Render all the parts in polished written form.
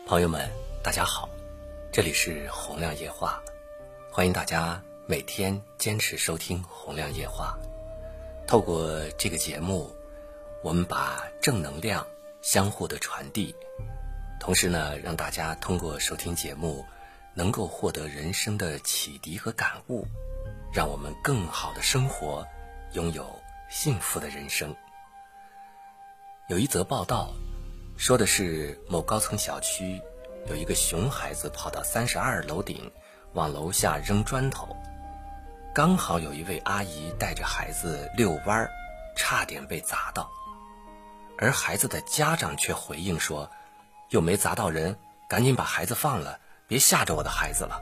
朋友们，大家好，这里是洪亮夜话，欢迎大家每天坚持收听洪亮夜话。透过这个节目，我们把正能量相互的传递，同时呢，让大家通过收听节目能够获得人生的启迪和感悟，让我们更好的生活，拥有幸福的人生。有一则报道说的是某高层小区有一个熊孩子跑到32楼顶往楼下扔砖头，刚好有一位阿姨带着孩子遛弯，差点被砸到，而孩子的家长却回应说，又没砸到人，赶紧把孩子放了，别吓着我的孩子了。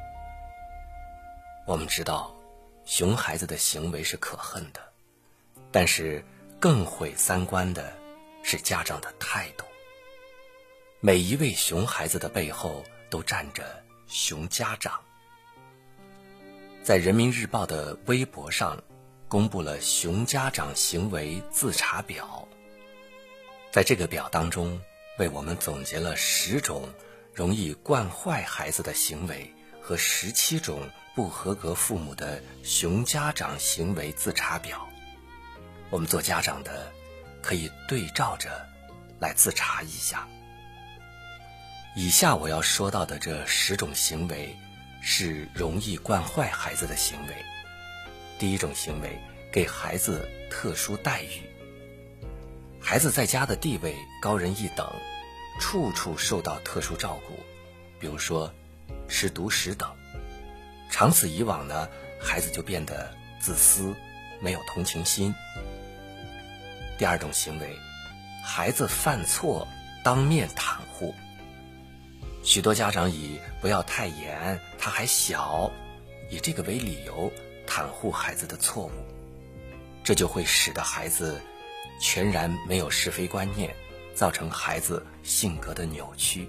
我们知道熊孩子的行为是可恨的，但是更毁三观的是家长的态度。每一位熊孩子的背后都站着熊家长。在人民日报的微博上公布了熊家长行为自查表，在这个表当中为我们总结了10种容易惯坏孩子的行为和17种不合格父母的熊家长行为自查表。我们做家长的可以对照着来自查一下。以下我要说到的这10种行为是容易惯坏孩子的行为。第一种行为，给孩子特殊待遇。孩子在家的地位高人一等，处处受到特殊照顾，比如说吃独食等。长此以往呢，孩子就变得自私，没有同情心。第二种行为，孩子犯错当面袒护。许多家长以不要太严，他还小，以这个为理由袒护孩子的错误，这就会使得孩子全然没有是非观念，造成孩子性格的扭曲。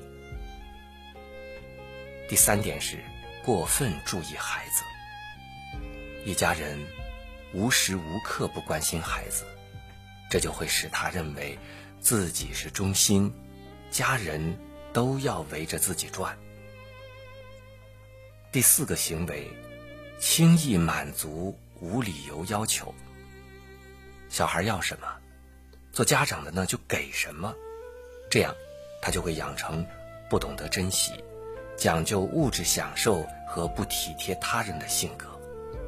第三点是过分注意孩子。一家人无时无刻不关心孩子，这就会使他认为自己是中心，家人都要围着自己转。第4个行为，轻易满足无理由要求。小孩要什么，做家长的呢就给什么，这样他就会养成不懂得珍惜，讲究物质享受和不体贴他人的性格。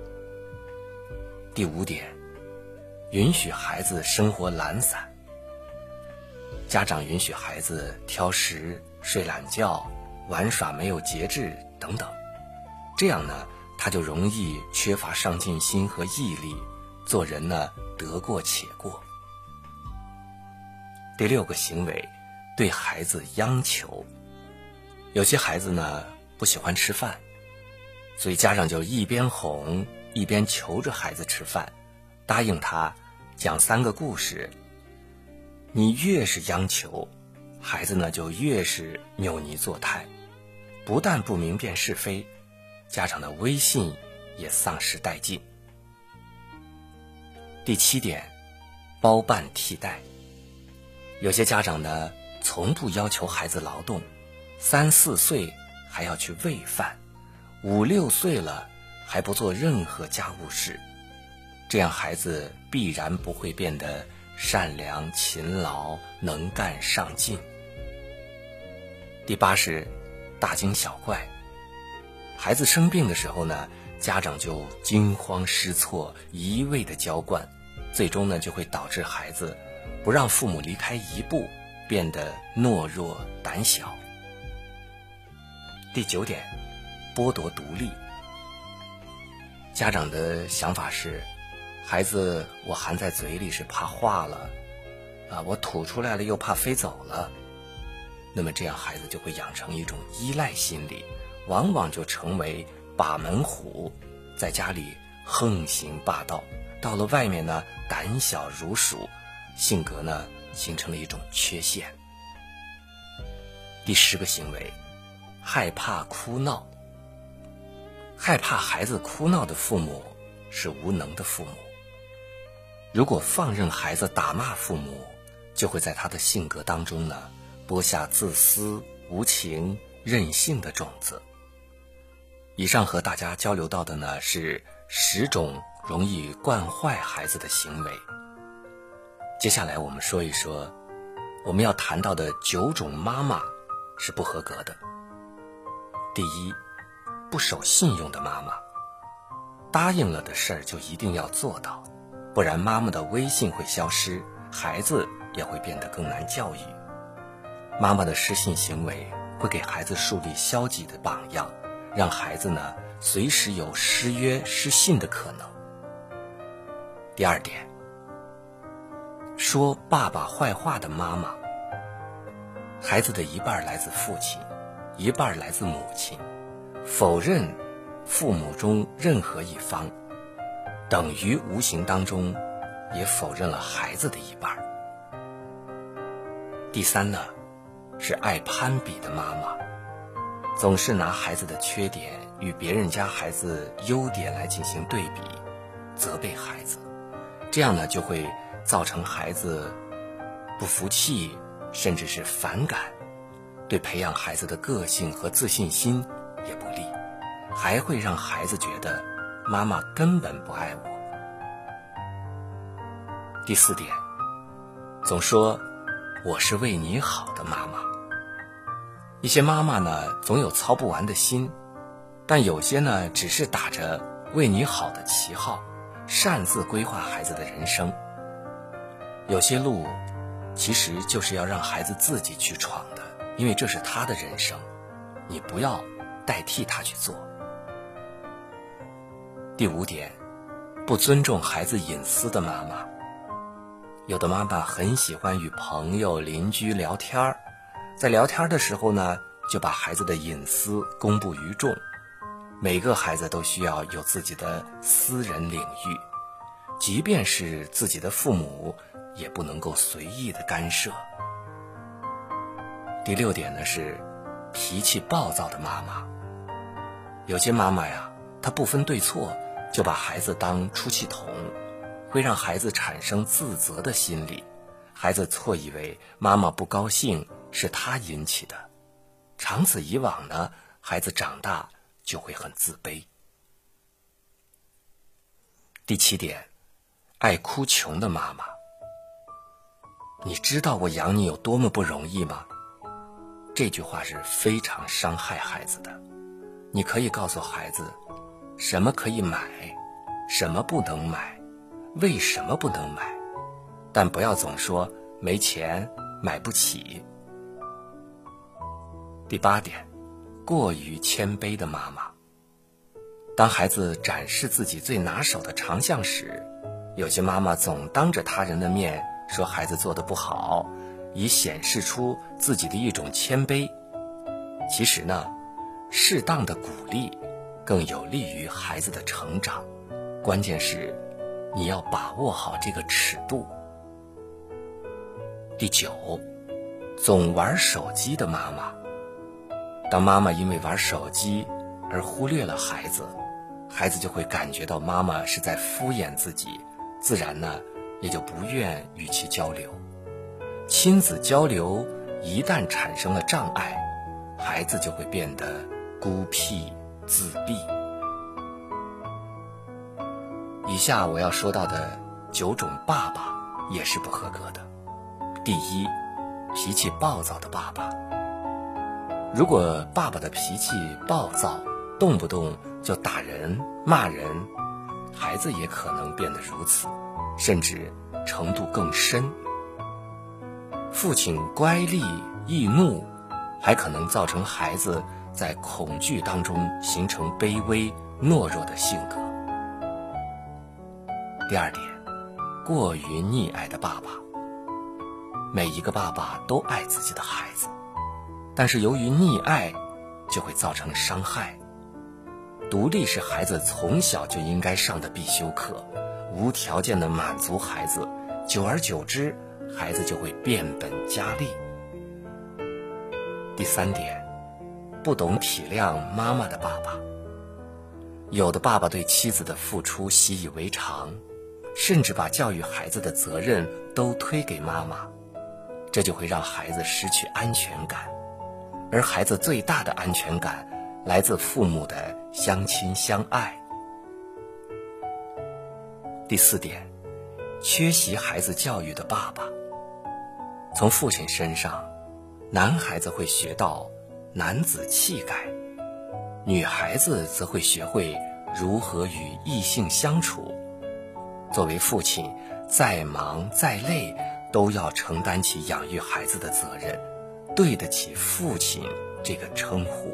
第5点，允许孩子生活懒散。家长允许孩子挑食、睡懒觉、玩耍没有节制等等，这样呢，他就容易缺乏上进心和毅力，做人呢得过且过。第6个行为，对孩子央求。有些孩子呢不喜欢吃饭，所以家长就一边哄一边求着孩子吃饭，答应他讲3个故事。你越是央求，孩子呢就越是扭捏作态，不但不明辨是非，家长的威信也丧失殆尽。第7点，包办替代。有些家长呢从不要求孩子劳动，3、4岁还要去喂饭，5、6岁了还不做任何家务事，这样孩子必然不会变得善良、勤劳、能干、上进。第8是大惊小怪。孩子生病的时候呢，家长就惊慌失措，一味的娇惯，最终呢就会导致孩子不让父母离开一步，变得懦弱胆小。第9点，剥夺独立。家长的想法是，孩子我含在嘴里是怕化了我吐出来了又怕飞走了，那么这样孩子就会养成一种依赖心理，往往就成为把门虎，在家里横行霸道，到了外面呢胆小如鼠，性格呢形成了一种缺陷。第10个行为，害怕哭闹。害怕孩子哭闹的父母是无能的父母。如果放任孩子打骂父母，就会在他的性格当中呢播下自私、 无情、任性的种子。以上和大家交流到的呢，是10种容易惯坏孩子的行为。接下来我们说一说我们要谈到的9种妈妈是不合格的。第一，不守信用的妈妈。答应了的事儿就一定要做到，不然妈妈的威信会消失，孩子也会变得更难教育。妈妈的失信行为会给孩子树立消极的榜样，让孩子呢随时有失约失信的可能。第二点，说爸爸坏话的妈妈。孩子的一半来自父亲，一半来自母亲，否认父母中任何一方，等于无形当中也否认了孩子的一半。第三呢，是爱攀比的妈妈，总是拿孩子的缺点与别人家孩子优点来进行对比，责备孩子，这样呢就会造成孩子不服气，甚至是反感，对培养孩子的个性和自信心也不利，还会让孩子觉得妈妈根本不爱我。第4点，总说我是为你好的妈妈。一些妈妈呢总有操不完的心，但有些呢只是打着为你好的旗号，擅自规划孩子的人生。有些路其实就是要让孩子自己去闯的，因为这是他的人生，你不要代替他去做。第5点，不尊重孩子隐私的妈妈。有的妈妈很喜欢与朋友、邻居聊天，在聊天的时候呢，就把孩子的隐私公布于众。每个孩子都需要有自己的私人领域，即便是自己的父母，也不能够随意的干涉。第6点呢，是脾气暴躁的妈妈。有些妈妈呀，她不分对错，就把孩子当出气筒，会让孩子产生自责的心理，孩子错以为妈妈不高兴是他引起的，长此以往呢，孩子长大就会很自卑。第7点，爱哭穷的妈妈。你知道我养你有多么不容易吗？这句话是非常伤害孩子的。你可以告诉孩子什么可以买，什么不能买，为什么不能买，但不要总说没钱买不起。第8点，过于谦卑的妈妈。当孩子展示自己最拿手的长项时，有些妈妈总当着他人的面说孩子做得不好，以显示出自己的一种谦卑。其实呢，适当的鼓励更有利于孩子的成长，关键是你要把握好这个尺度。第9，总玩手机的妈妈。当妈妈因为玩手机而忽略了孩子，孩子就会感觉到妈妈是在敷衍自己，自然呢也就不愿与其交流。亲子交流一旦产生了障碍，孩子就会变得孤僻自闭。以下我要说到的9种爸爸也是不合格的。第1，脾气暴躁的爸爸。如果爸爸的脾气暴躁，动不动就打人骂人，孩子也可能变得如此，甚至程度更深。父亲乖戾易怒，还可能造成孩子在恐惧当中形成卑微懦弱的性格。第2点，过于溺爱的爸爸。每一个爸爸都爱自己的孩子，但是由于溺爱就会造成伤害。独立是孩子从小就应该上的必修课，无条件的满足孩子，久而久之，孩子就会变本加厉。第3点，不懂体谅妈妈的爸爸。有的爸爸对妻子的付出习以为常，甚至把教育孩子的责任都推给妈妈，这就会让孩子失去安全感。 而孩子最大的安全感来自父母的相亲相爱。第4点，缺席孩子教育的爸爸。从父亲身上，男孩子会学到男子气概，女孩子则会学会如何与异性相处。作为父亲，再忙再累都要承担起养育孩子的责任，对得起父亲这个称呼。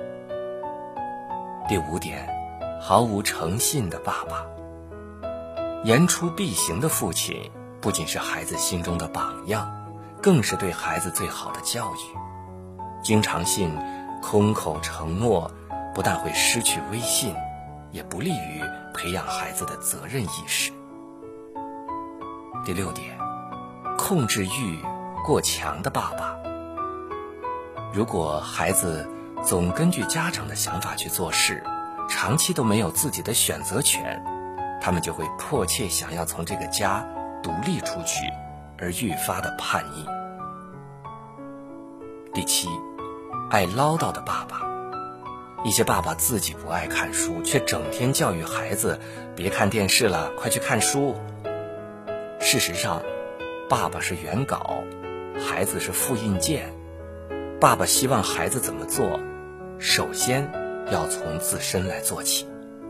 第5点，毫无诚信的爸爸。言出必行的父亲不仅是孩子心中的榜样，更是对孩子最好的教育。经常性空口承诺不但会失去威信，也不利于培养孩子的责任意识。第6点，控制欲过强的爸爸。如果孩子总根据家长的想法去做事，长期都没有自己的选择权，他们就会迫切想要从这个家独立出去，而愈发的叛逆。第7，爱唠叨的爸爸。一些爸爸自己不爱看书，却整天教育孩子别看电视了，快去看书。事实上，爸爸是原稿，孩子是复印件。爸爸希望孩子怎么做，首先要从自身来做起。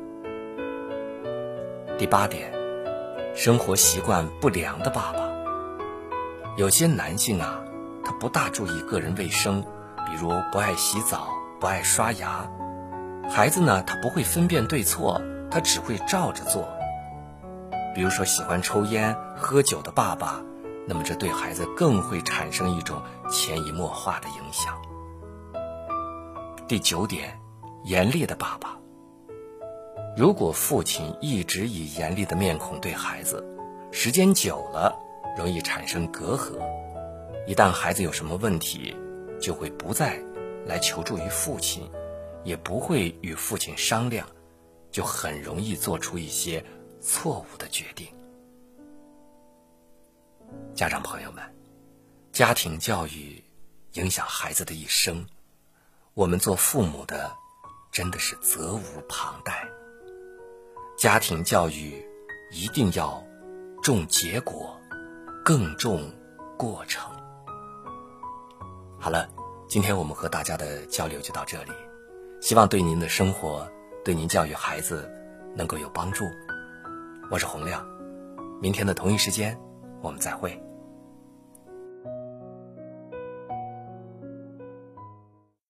第8点，生活习惯不良的爸爸。有些男性啊，他不大注意个人卫生，比如不爱洗澡，不爱刷牙。孩子呢，他不会分辨对错，他只会照着做。比如说喜欢抽烟喝酒的爸爸，那么这对孩子更会产生一种潜移默化的影响。第9点，严厉的爸爸。如果父亲一直以严厉的面孔对孩子，时间久了容易产生隔阂，一旦孩子有什么问题，就会不再来求助于父亲，也不会与父亲商量，就很容易做出一些错误的决定。家长朋友们，家庭教育影响孩子的一生，我们做父母的真的是责无旁贷。家庭教育一定要重结果，更重过程。好了，今天我们和大家的交流就到这里，希望对您的生活，对您教育孩子能够有帮助。我是洪亮，明天的同一时间我们再会。